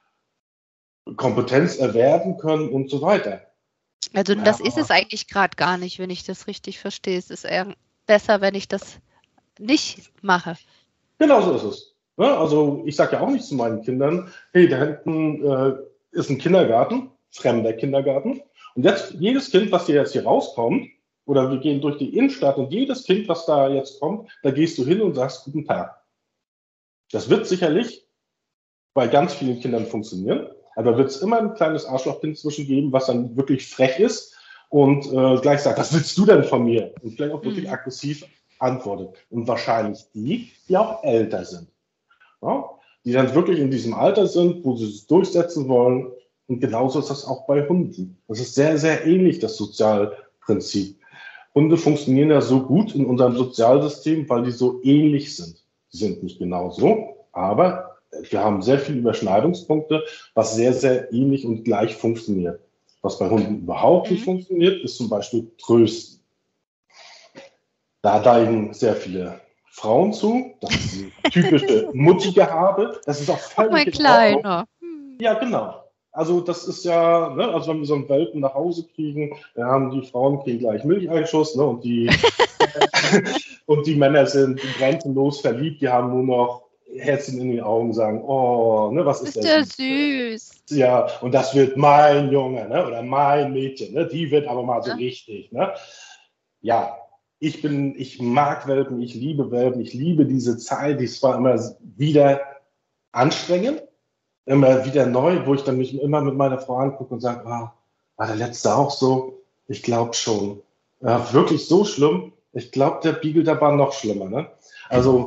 Kompetenz erwerben können und so weiter. Also das ist es eigentlich gerade gar nicht, wenn ich das richtig verstehe. Es ist eher besser, wenn ich das nicht mache. Genau so ist es. Ja, also ich sage ja auch nicht zu meinen Kindern, hey, da hinten ist ein Kindergarten, fremder Kindergarten. Und jetzt jedes Kind, was jetzt hier rauskommt, oder wir gehen durch die Innenstadt und jedes Kind, was da jetzt kommt, da gehst du hin und sagst guten Tag. Das wird sicherlich bei ganz vielen Kindern funktionieren. Aber wird es immer ein kleines Arschlochkind zwischen geben, was dann wirklich frech ist und gleich sagt, was willst du denn von mir? Und vielleicht auch wirklich aggressiv antwortet. Und wahrscheinlich die auch älter sind. Ja? Die dann wirklich in diesem Alter sind, wo sie es durchsetzen wollen. Und genauso ist das auch bei Hunden. Das ist sehr, sehr ähnlich, das Sozialprinzip. Hunde funktionieren ja so gut in unserem Sozialsystem, weil die so ähnlich sind. Die sind nicht genau so, aber wir haben sehr viele Überschneidungspunkte, was sehr, sehr ähnlich und gleich funktioniert. Was bei Hunden überhaupt nicht funktioniert, ist zum Beispiel Trösten. Da neigen sehr viele Frauen zu. Das ist die typische Muttigehabe. Das ist auch völlig mein Kleiner. Ja, genau. Also das ist ja, ne, also wenn wir so einen Welpen nach Hause kriegen, dann haben die Frauen gleich Milcheinschuss, ne, und die Männer sind grenzenlos verliebt, die haben nur noch Herzchen in den Augen, sagen, oh, ne, was ist der süß. Ja, und das wird mein Junge, ne, oder mein Mädchen, ne, die wird aber mal so richtig, ne. Ja, ich mag Welpen, ich liebe Welpen, ich liebe diese Zeit, die ist zwar immer wieder anstrengend, immer wieder neu, wo ich dann mich immer mit meiner Frau angucke und sage, war der letzte auch so? Ich glaube schon. Ja, wirklich so schlimm? Ich glaube, der Beagle, der war noch schlimmer, ne. Also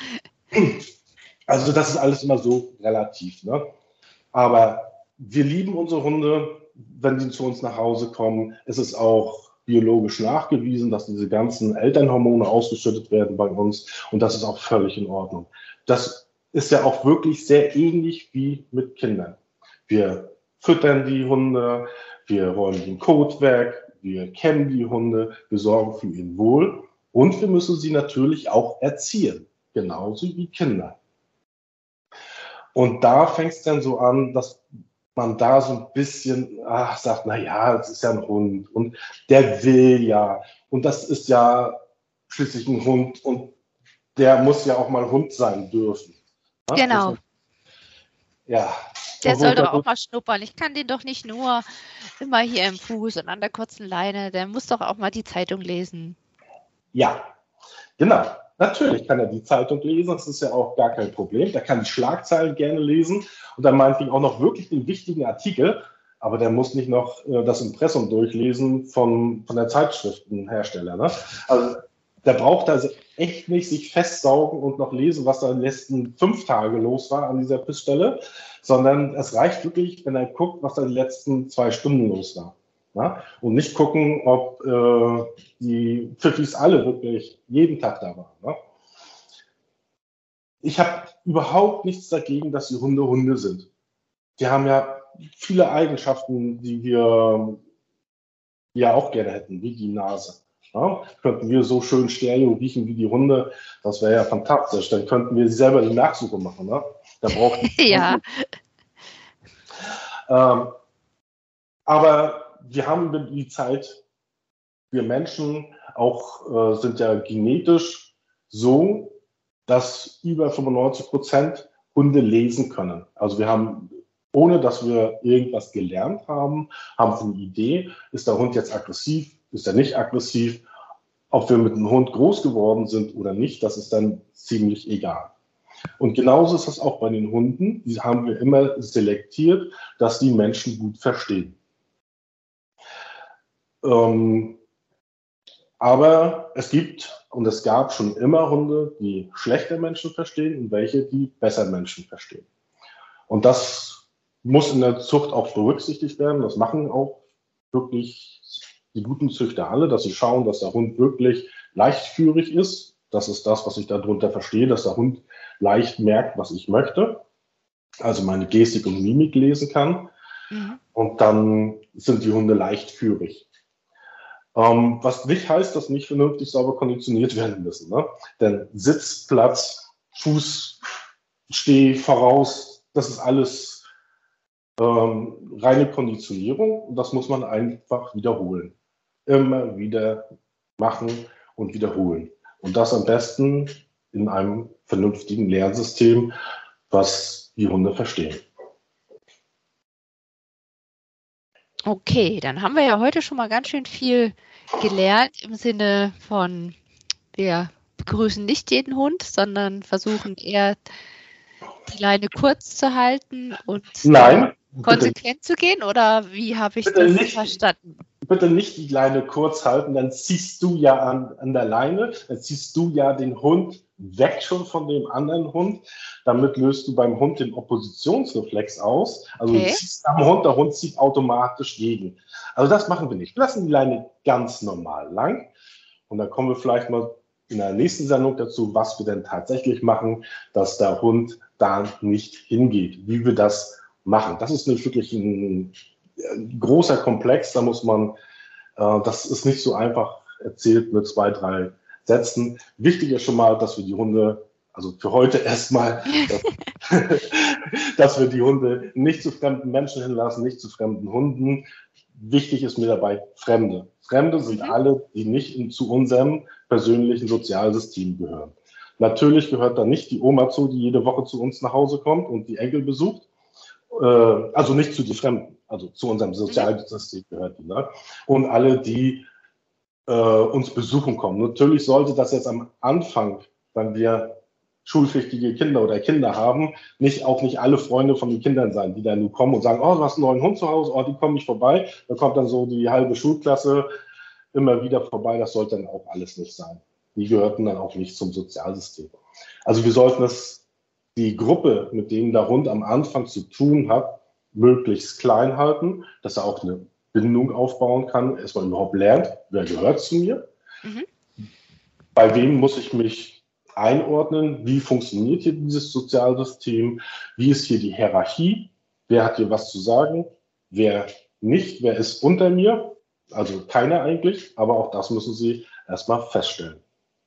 das ist alles immer so relativ, ne? Aber wir lieben unsere Hunde, wenn die zu uns nach Hause kommen. Es ist auch biologisch nachgewiesen, dass diese ganzen Elternhormone ausgeschüttet werden bei uns und das ist auch völlig in Ordnung. Das ist ja auch wirklich sehr ähnlich wie mit Kindern. Wir füttern die Hunde, wir räumen den Kot weg, wir kämmen die Hunde, wir sorgen für ihr Wohl und wir müssen sie natürlich auch erziehen, genauso wie Kinder. Und da fängt es dann so an, dass man da so ein bisschen sagt, naja, das ist ja ein Hund und der will ja. Und das ist ja schließlich ein Hund und der muss ja auch mal Hund sein dürfen. Was? Genau. Ja. Der soll doch auch mal schnuppern. Ich kann den doch nicht nur immer hier im Fuß und an der kurzen Leine. Der muss doch auch mal die Zeitung lesen. Ja, genau. Natürlich kann er die Zeitung lesen, das ist ja auch gar kein Problem. Der kann die Schlagzeilen gerne lesen und dann meinetwegen auch noch wirklich den wichtigen Artikel, aber der muss nicht noch das Impressum durchlesen von der Zeitschriftenhersteller. Ne? Also Der braucht also echt nicht sich festsaugen und noch lesen, was da in den letzten 5 Tage los war an dieser Pissstelle, sondern es reicht wirklich, wenn er guckt, was da die letzten 2 Stunden los war. Ja? Und nicht gucken, ob die Pfiffis alle wirklich jeden Tag da waren. Ne? Ich habe überhaupt nichts dagegen, dass die Hunde Hunde sind. Die haben ja viele Eigenschaften, die wir ja auch gerne hätten, wie die Nase. Ja, könnten wir so schön stereo riechen wie die Hunde, das wäre ja fantastisch. Dann könnten wir selber die Nachsuche machen. Ne? Da braucht Ja. Aber wir haben die Zeit, wir Menschen auch sind ja genetisch so, dass über 95% Hunde lesen können. Also wir haben, ohne dass wir irgendwas gelernt haben, haben wir eine Idee, ist der Hund jetzt aggressiv, ist er nicht aggressiv, ob wir mit einem Hund groß geworden sind oder nicht, das ist dann ziemlich egal. Und genauso ist das auch bei den Hunden, die haben wir immer selektiert, dass die Menschen gut verstehen. Aber es gibt und es gab schon immer Hunde, die schlechter Menschen verstehen und welche, die besser Menschen verstehen. Und das muss in der Zucht auch berücksichtigt werden. Das machen auch wirklich die guten Züchter alle, dass sie schauen, dass der Hund wirklich leichtführig ist. Das ist das, was ich darunter verstehe, dass der Hund leicht merkt, was ich möchte. Also meine Gestik und Mimik lesen kann. Mhm. Und dann sind die Hunde leichtführig. Was nicht heißt, dass nicht vernünftig sauber konditioniert werden müssen. Ne? Denn Sitz, Platz, Fuß, Steh, voraus, das ist alles reine Konditionierung und das muss man einfach wiederholen. Immer wieder machen und wiederholen. Und das am besten in einem vernünftigen Lernsystem, was die Hunde verstehen. Okay, dann haben wir ja heute schon mal ganz schön viel gelernt im Sinne von, wir begrüßen nicht jeden Hund, sondern versuchen eher die Leine kurz zu halten und konsequent zu gehen, oder wie habe ich das verstanden? Bitte nicht die Leine kurz halten, dann ziehst du ja an der Leine, dann ziehst du ja den Hund weg schon von dem anderen Hund. Damit löst du beim Hund den Oppositionsreflex aus. Also du ziehst am Hund, der Hund zieht automatisch gegen. Also das machen wir nicht. Wir lassen die Leine ganz normal lang. Und dann kommen wir vielleicht mal in der nächsten Sendung dazu, was wir denn tatsächlich machen, dass der Hund da nicht hingeht, wie wir das machen. Das ist wirklich ein großer Komplex, da muss man, das ist nicht so einfach erzählt mit 2, 3 Sätzen. Wichtig ist schon mal, dass wir die Hunde, also für heute erstmal, dass wir die Hunde nicht zu fremden Menschen hinlassen, nicht zu fremden Hunden. Wichtig ist mir dabei Fremde. Fremde sind alle, die nicht zu unserem persönlichen Sozialsystem gehören. Natürlich gehört da nicht die Oma zu, die jede Woche zu uns nach Hause kommt und die Enkel besucht. Also nicht zu den Fremden, also zu unserem Sozialsystem gehört die. Ne? Und alle, die uns besuchen kommen. Natürlich sollte das jetzt am Anfang, wenn wir schulpflichtige Kinder oder Kinder haben, nicht alle Freunde von den Kindern sein, die dann nur kommen und sagen, oh, du hast einen neuen Hund zu Hause, oh, die kommen nicht vorbei. Da kommt dann so die halbe Schulklasse immer wieder vorbei. Das sollte dann auch alles nicht sein. Die gehörten dann auch nicht zum Sozialsystem. Also wir sollten die Gruppe, mit denen der Hund am Anfang zu tun hat, möglichst klein halten, dass er auch eine Bindung aufbauen kann, erstmal überhaupt lernt, wer gehört zu mir, bei wem muss ich mich einordnen, wie funktioniert hier dieses Sozialsystem, wie ist hier die Hierarchie, wer hat hier was zu sagen, wer nicht, wer ist unter mir, also keiner eigentlich, aber auch das müssen Sie erstmal feststellen.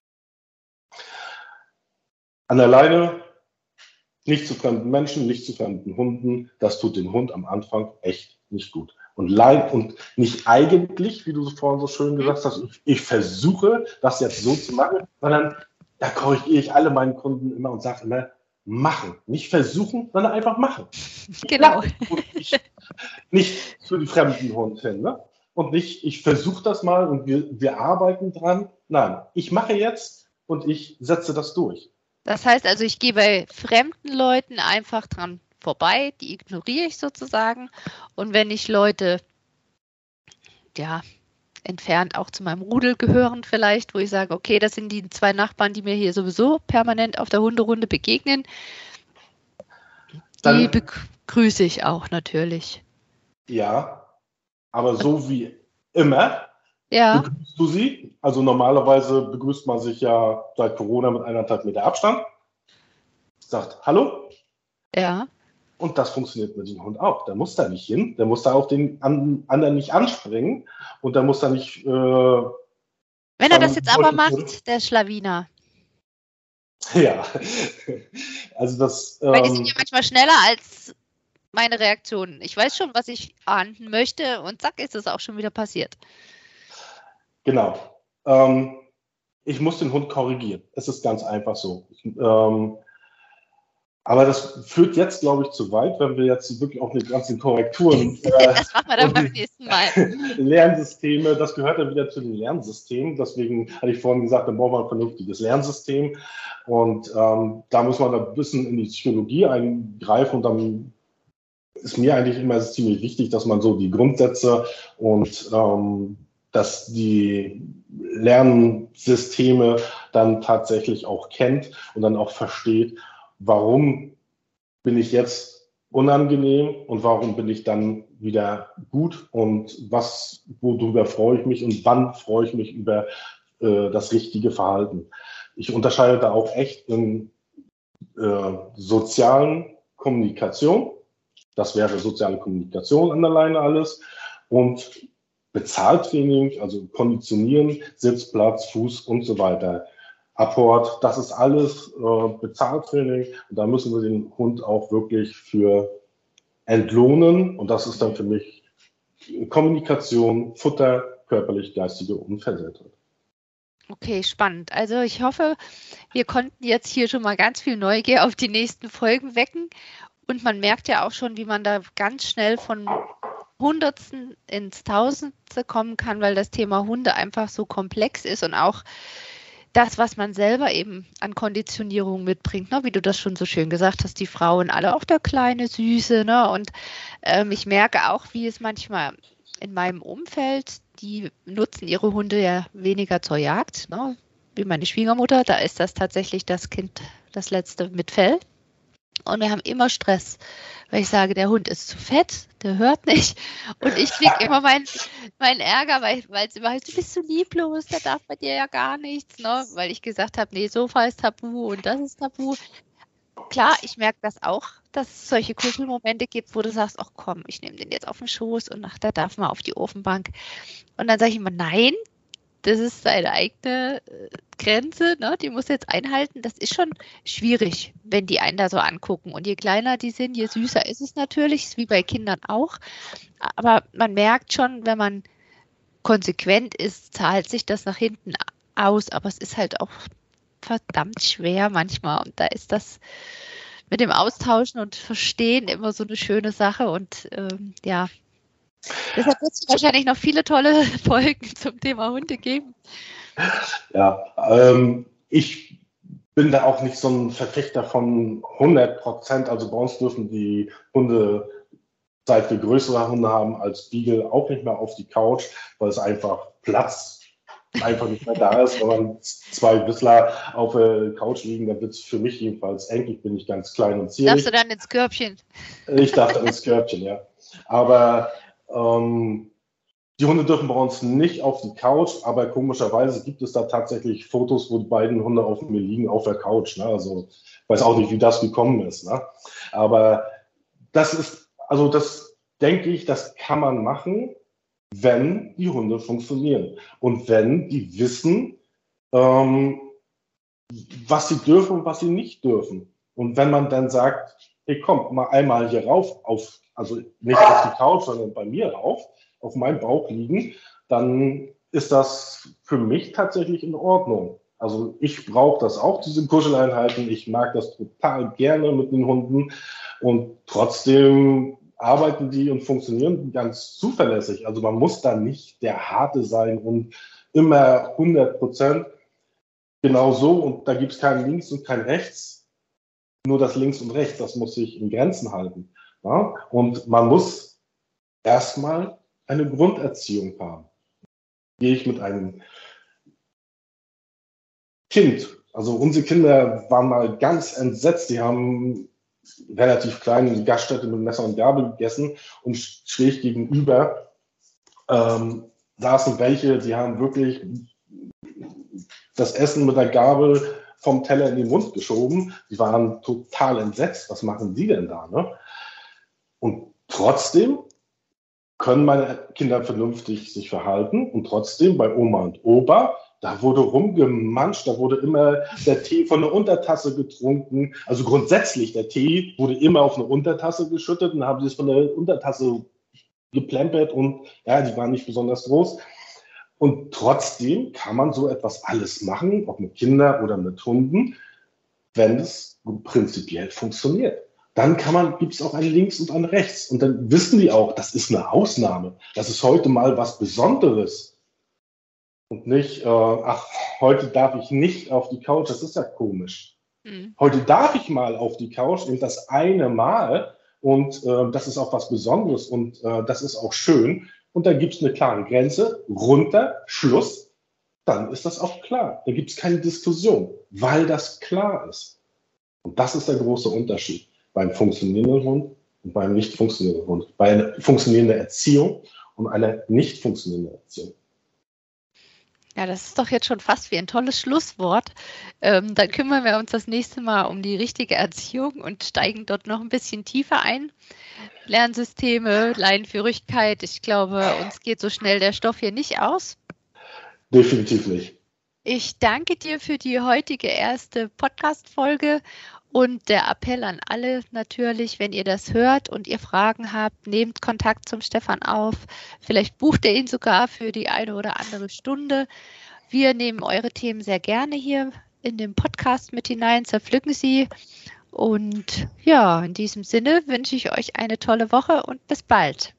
An der Leine nicht zu fremden Menschen, nicht zu fremden Hunden, das tut dem Hund am Anfang echt nicht gut. Und nicht eigentlich, wie du vorhin so schön gesagt hast, ich versuche das jetzt so zu machen, sondern da korrigiere ich alle meinen Kunden immer und sage immer, machen. Nicht versuchen, sondern einfach machen. Genau. Nicht zu den fremden Hunden hin. Ne? Und nicht, ich versuche das mal und wir arbeiten dran. Nein, ich mache jetzt und ich setze das durch. Das heißt also, ich gehe bei fremden Leuten einfach dran vorbei, die ignoriere ich sozusagen. Und wenn ich Leute entfernt auch zu meinem Rudel gehören vielleicht, wo ich sage, okay, das sind die 2 Nachbarn, die mir hier sowieso permanent auf der Hunderunde begegnen. Die begrüße ich auch natürlich. Ja, aber so wie immer Ja. begrüßt du sie. Also normalerweise begrüßt man sich ja seit Corona mit 1,5 Meter Abstand. Sagt Hallo. Ja. Und das funktioniert mit dem Hund auch. Der muss da nicht hin. Der muss da auf den anderen nicht anspringen. Und der muss da nicht... Wenn er das jetzt aber macht, der Schlawiner. Ja, also das... Weil die sind ja manchmal schneller als meine Reaktionen. Ich weiß schon, was ich ahnden möchte und zack, ist es auch schon wieder passiert. Genau. Ich muss den Hund korrigieren. Es ist ganz einfach so. Aber das führt jetzt, glaube ich, zu weit, wenn wir jetzt wirklich auch die ganzen Korrekturen... das machen wir dann beim nächsten Mal. Lernsysteme, das gehört ja wieder zu den Lernsystemen. Deswegen hatte ich vorhin gesagt, dann brauchen wir ein vernünftiges Lernsystem. Und da muss man ein bisschen in die Psychologie eingreifen. Und dann ist mir eigentlich immer ziemlich wichtig, dass man so die Grundsätze und dass die Lernsysteme dann tatsächlich auch kennt und dann auch versteht, warum bin ich jetzt unangenehm und warum bin ich dann wieder gut und worüber freue ich mich und wann freue ich mich über das richtige Verhalten. Ich unterscheide da auch echt in sozialen Kommunikation, das wäre soziale Kommunikation an der Leine alles, und Bezahltraining, also Konditionieren, Sitzplatz, Fuß und so weiter. Apport, das ist alles Bezahltraining und da müssen wir den Hund auch wirklich für entlohnen und das ist dann für mich Kommunikation, Futter, körperlich, geistige Unversehrtheit. Okay, spannend. Also ich hoffe, wir konnten jetzt hier schon mal ganz viel Neugier auf die nächsten Folgen wecken und man merkt ja auch schon, wie man da ganz schnell von Hundertsten ins Tausendste kommen kann, weil das Thema Hunde einfach so komplex ist und auch das, was man selber eben an Konditionierung mitbringt, ne? Wie du das schon so schön gesagt hast, die Frauen alle, auch der kleine Süße, ne? Und ich merke auch, wie es manchmal in meinem Umfeld, die nutzen ihre Hunde ja weniger zur Jagd, ne? Wie meine Schwiegermutter, da ist das tatsächlich das Kind, das letzte mit Fell. Und wir haben immer Stress, weil ich sage, der Hund ist zu fett, der hört nicht. Und ich kriege immer meinen Ärger, weil es immer heißt, du bist so lieblos, der darf bei dir ja gar nichts, ne? Weil ich gesagt habe, nee, Sofa ist tabu und das ist tabu. Klar, ich merke das auch, dass es solche Kuschelmomente gibt, wo du sagst, ach komm, ich nehme den jetzt auf den Schoß und ach, der darf mal auf die Ofenbank. Und dann sage ich immer, nein, das ist seine eigene Grenze, ne? Die muss jetzt einhalten. Das ist schon schwierig, wenn die einen da so angucken. Und je kleiner die sind, je süßer ist es natürlich, ist wie bei Kindern auch. Aber man merkt schon, wenn man konsequent ist, zahlt sich das nach hinten aus. Aber es ist halt auch verdammt schwer manchmal. Und da ist das mit dem Austauschen und Verstehen immer so eine schöne Sache. Und ja, deshalb wird es wahrscheinlich noch viele tolle Folgen zum Thema Hunde geben. Ja, ich bin da auch nicht so ein Verfechter von 100%. Also bei uns dürfen die Hunde, seit wir größere Hunde haben als Beagle, auch nicht mehr auf die Couch, weil es einfach Platz einfach nicht mehr da ist. Wenn man 2 Whistler auf der Couch liegen, dann wird es für mich jedenfalls eng. Ich bin nicht ganz klein und zierlich. Darfst du dann ins Körbchen? Ich darf dann ins Körbchen, ja. Aber die Hunde dürfen bei uns nicht auf die Couch, aber komischerweise gibt es da tatsächlich Fotos, wo die beiden Hunde auf mir liegen auf der Couch. Ne? Also ich weiß auch nicht, wie das gekommen ist. Ne? Aber das ist, also das denke ich, das kann man machen, wenn die Hunde funktionieren und wenn die wissen, was sie dürfen und was sie nicht dürfen. Und wenn man dann sagt, hey, komm, mal einmal hier rauf, also nicht auf die Couch, sondern bei mir rauf, auf meinem Bauch liegen, dann ist das für mich tatsächlich in Ordnung. Also ich brauche das auch, diese Kuscheleinheiten. Ich mag das total gerne mit den Hunden und trotzdem arbeiten die und funktionieren ganz zuverlässig. Also man muss da nicht der Harte sein und immer 100%. Genau so, und da gibt es kein Links und kein Rechts, nur das Links und Rechts, das muss sich in Grenzen halten. Ja? Und man muss erstmal eine Grunderziehung haben. gehe ich mit einem Kind, also unsere Kinder waren mal ganz entsetzt, die haben relativ klein in die Gaststätte mit Messer und Gabel gegessen und schräg gegenüber saßen welche, die haben wirklich das Essen mit der Gabel vom Teller in den Mund geschoben. Die waren total entsetzt. Was machen die denn da? Ne? Und trotzdem können meine Kinder vernünftig sich verhalten und trotzdem bei Oma und Opa, da wurde rumgemanscht, da wurde immer der Tee von der Untertasse getrunken. Also grundsätzlich, der Tee wurde immer auf eine Untertasse geschüttet und dann haben sie es von der Untertasse geplempert und ja, die waren nicht besonders groß. Und trotzdem kann man so etwas alles machen, ob mit Kindern oder mit Hunden, wenn es prinzipiell funktioniert. Dann gibt es auch ein Links und ein Rechts. Und dann wissen die auch, das ist eine Ausnahme. Das ist heute mal was Besonderes. Und nicht, heute darf ich nicht auf die Couch. Das ist ja komisch. Heute darf ich mal auf die Couch und das eine Mal. Und das ist auch was Besonderes und das ist auch schön. Und da gibt es eine klare Grenze, runter, Schluss. Dann ist das auch klar. Da gibt es keine Diskussion, weil das klar ist. Und das ist der große Unterschied beim funktionierenden Hund und beim nicht funktionierenden Hund. Bei einer funktionierenden Erziehung und einer nicht funktionierenden Erziehung. Ja, das ist doch jetzt schon fast wie ein tolles Schlusswort. Dann kümmern wir uns das nächste Mal um die richtige Erziehung und steigen dort noch ein bisschen tiefer ein. Lernsysteme, Leinenführigkeit, ich glaube, uns geht so schnell der Stoff hier nicht aus. Definitiv nicht. Ich danke dir für die heutige erste Podcast-Folge und der Appell an alle natürlich, wenn ihr das hört und ihr Fragen habt, nehmt Kontakt zum Stefan auf. Vielleicht bucht ihr ihn sogar für die eine oder andere Stunde. Wir nehmen eure Themen sehr gerne hier in den Podcast mit hinein, zerpflücken sie. Und ja, in diesem Sinne wünsche ich euch eine tolle Woche und bis bald.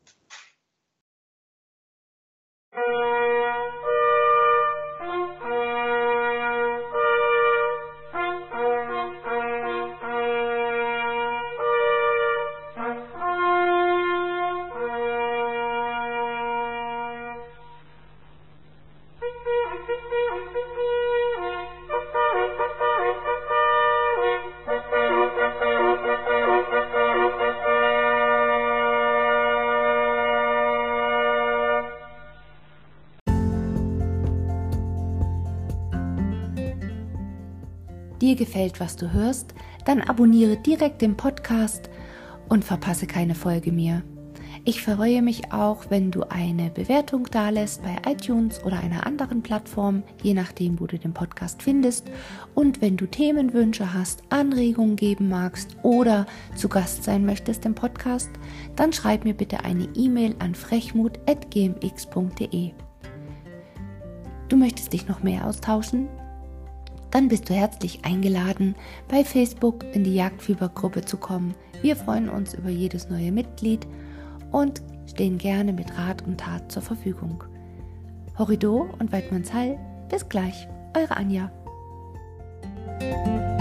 Dir gefällt, was du hörst, dann abonniere direkt den Podcast und verpasse keine Folge mehr. Ich freue mich auch, wenn du eine Bewertung dalässt bei iTunes oder einer anderen Plattform, je nachdem, wo du den Podcast findest. Und wenn du Themenwünsche hast, Anregungen geben magst oder zu Gast sein möchtest im Podcast, dann schreib mir bitte eine E-Mail an frechmut@gmx.de. Du möchtest dich noch mehr austauschen? Dann bist du herzlich eingeladen, bei Facebook in die Jagdfiebergruppe zu kommen. Wir freuen uns über jedes neue Mitglied und stehen gerne mit Rat und Tat zur Verfügung. Horrido und Weidmanns Hall, bis gleich, eure Anja.